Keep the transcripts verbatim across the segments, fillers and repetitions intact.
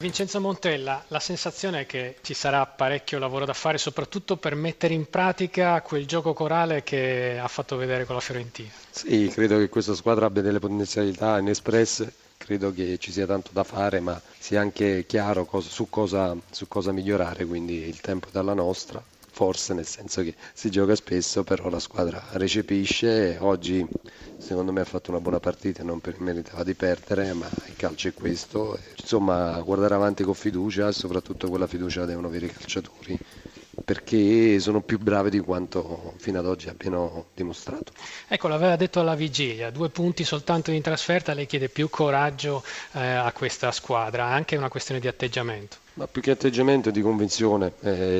Vincenzo Montella, la sensazione è che ci sarà parecchio lavoro da fare, soprattutto per mettere in pratica quel gioco corale che ha fatto vedere con la Fiorentina. Sì, credo che questa squadra abbia delle potenzialità inespresse, credo che ci sia tanto da fare, ma sia anche chiaro cos- su cosa, su cosa migliorare, quindi il tempo è dalla nostra, forse nel senso che si gioca spesso, però la squadra recepisce, oggi secondo me ha fatto una buona partita, non per- meritava di perdere, ma il calcio è questo, insomma guardare avanti con fiducia e soprattutto quella fiducia la devono avere i calciatori perché sono più bravi di quanto fino ad oggi abbiano dimostrato. Ecco, l'aveva detto alla vigilia, due punti soltanto in trasferta, lei chiede più coraggio eh, a questa squadra, anche una questione di atteggiamento. Ma più che atteggiamento è di convinzione.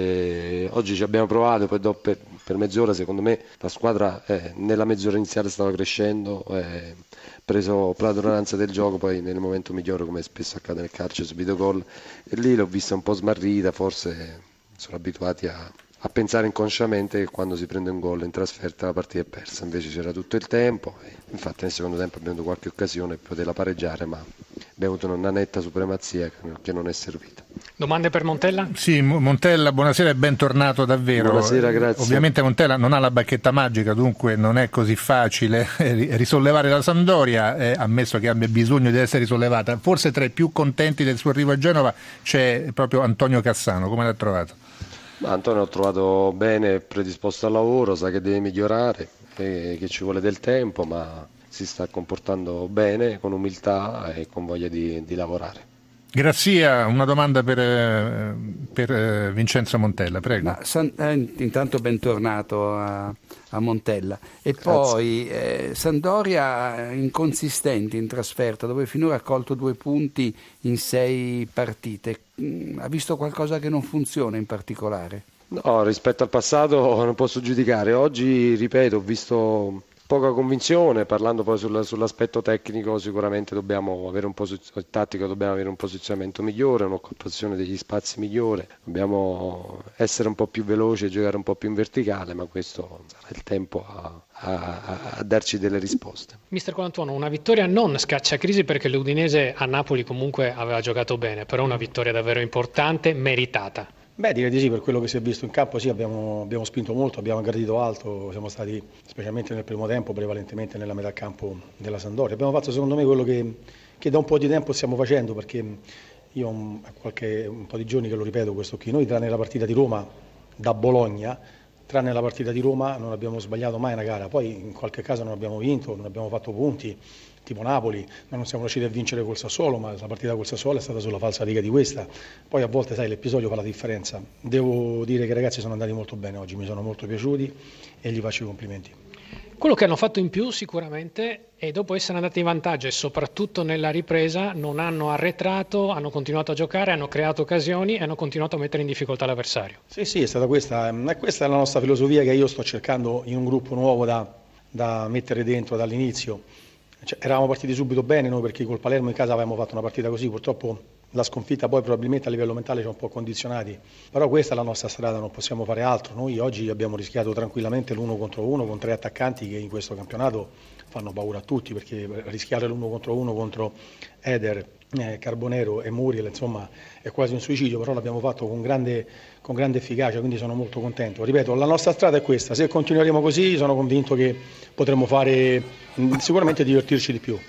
Eh, oggi ci abbiamo provato, poi dopo per, per mezz'ora secondo me la squadra eh, nella mezz'ora iniziale stava crescendo, eh, preso padronanza del gioco, poi nel momento migliore come spesso accade nel calcio subito gol e lì l'ho vista un po' smarrita, forse sono abituati a, a pensare inconsciamente che quando si prende un gol in trasferta la partita è persa, invece c'era tutto il tempo, e infatti nel secondo tempo abbiamo avuto qualche occasione per poterla pareggiare, ma abbiamo avuto una netta supremazia che non è servita. Domande per Montella? Sì, Montella, buonasera e bentornato davvero. Buonasera, grazie. Ovviamente Montella non ha la bacchetta magica, dunque non è così facile risollevare la Sampdoria, eh, ammesso che abbia bisogno di essere risollevata. Forse tra i più contenti del suo arrivo a Genova c'è proprio Antonio Cassano, come l'ha trovato? Ma Antonio l'ho trovato bene, predisposto al lavoro, sa che deve migliorare, che ci vuole del tempo, ma si sta comportando bene, con umiltà e con voglia di, di lavorare. Grazia, una domanda per, per Vincenzo Montella, prego. Ma, San, eh, intanto bentornato a, a Montella. E poi eh, Sampdoria inconsistente in trasferta, dove finora ha colto due punti in sei partite. Ha visto qualcosa che non funziona in particolare? No, rispetto al passato non posso giudicare. Oggi, ripeto, ho visto poca convinzione, parlando poi sul, sull'aspetto tecnico sicuramente dobbiamo avere un posizio, tattico dobbiamo avere un posizionamento migliore, un'occupazione degli spazi migliore, dobbiamo essere un po' più veloci e giocare un po' più in verticale, ma questo sarà il tempo a, a, a darci delle risposte. Mister Colantuono, una vittoria non scaccia crisi perché l'Udinese a Napoli comunque aveva giocato bene, però una vittoria davvero importante, meritata. Beh, direi di sì, per quello che si è visto in campo, sì, abbiamo, abbiamo spinto molto, abbiamo aggredito alto, siamo stati, specialmente nel primo tempo, prevalentemente nella metà campo della Sampdoria. Abbiamo fatto secondo me quello che, che da un po' di tempo stiamo facendo, perché io ho qualche, un po' di giorni che lo ripeto questo qui, noi tranne la partita di Roma da Bologna, tranne la partita di Roma non abbiamo sbagliato mai una gara, poi in qualche caso non abbiamo vinto, non abbiamo fatto punti, tipo Napoli, ma non siamo riusciti a vincere col Sassuolo, ma la partita col Sassuolo è stata sulla falsa riga di questa. Poi a volte, sai, l'episodio fa la differenza. Devo dire che i ragazzi sono andati molto bene oggi, mi sono molto piaciuti e gli faccio i complimenti. Quello che hanno fatto in più sicuramente è dopo essere andati in vantaggio e soprattutto nella ripresa non hanno arretrato, hanno continuato a giocare, hanno creato occasioni e hanno continuato a mettere in difficoltà l'avversario. Sì, sì, è stata questa, questa è la nostra filosofia che io sto cercando in un gruppo nuovo da, da mettere dentro dall'inizio. Cioè, eravamo partiti subito bene noi perché col Palermo in casa avevamo fatto una partita così, purtroppo la sconfitta poi probabilmente a livello mentale ci ha un po' condizionati, però questa è la nostra strada, non possiamo fare altro. Noi oggi abbiamo rischiato tranquillamente l'uno contro uno con tre attaccanti che in questo campionato fanno paura a tutti, perché rischiare l'uno contro uno contro Eder, eh, Carbonero e Muriel, insomma, è quasi un suicidio, però l'abbiamo fatto con grande, con grande efficacia, quindi sono molto contento. Ripeto, la nostra strada è questa, se continueremo così sono convinto che potremo fare, sicuramente divertirci di più.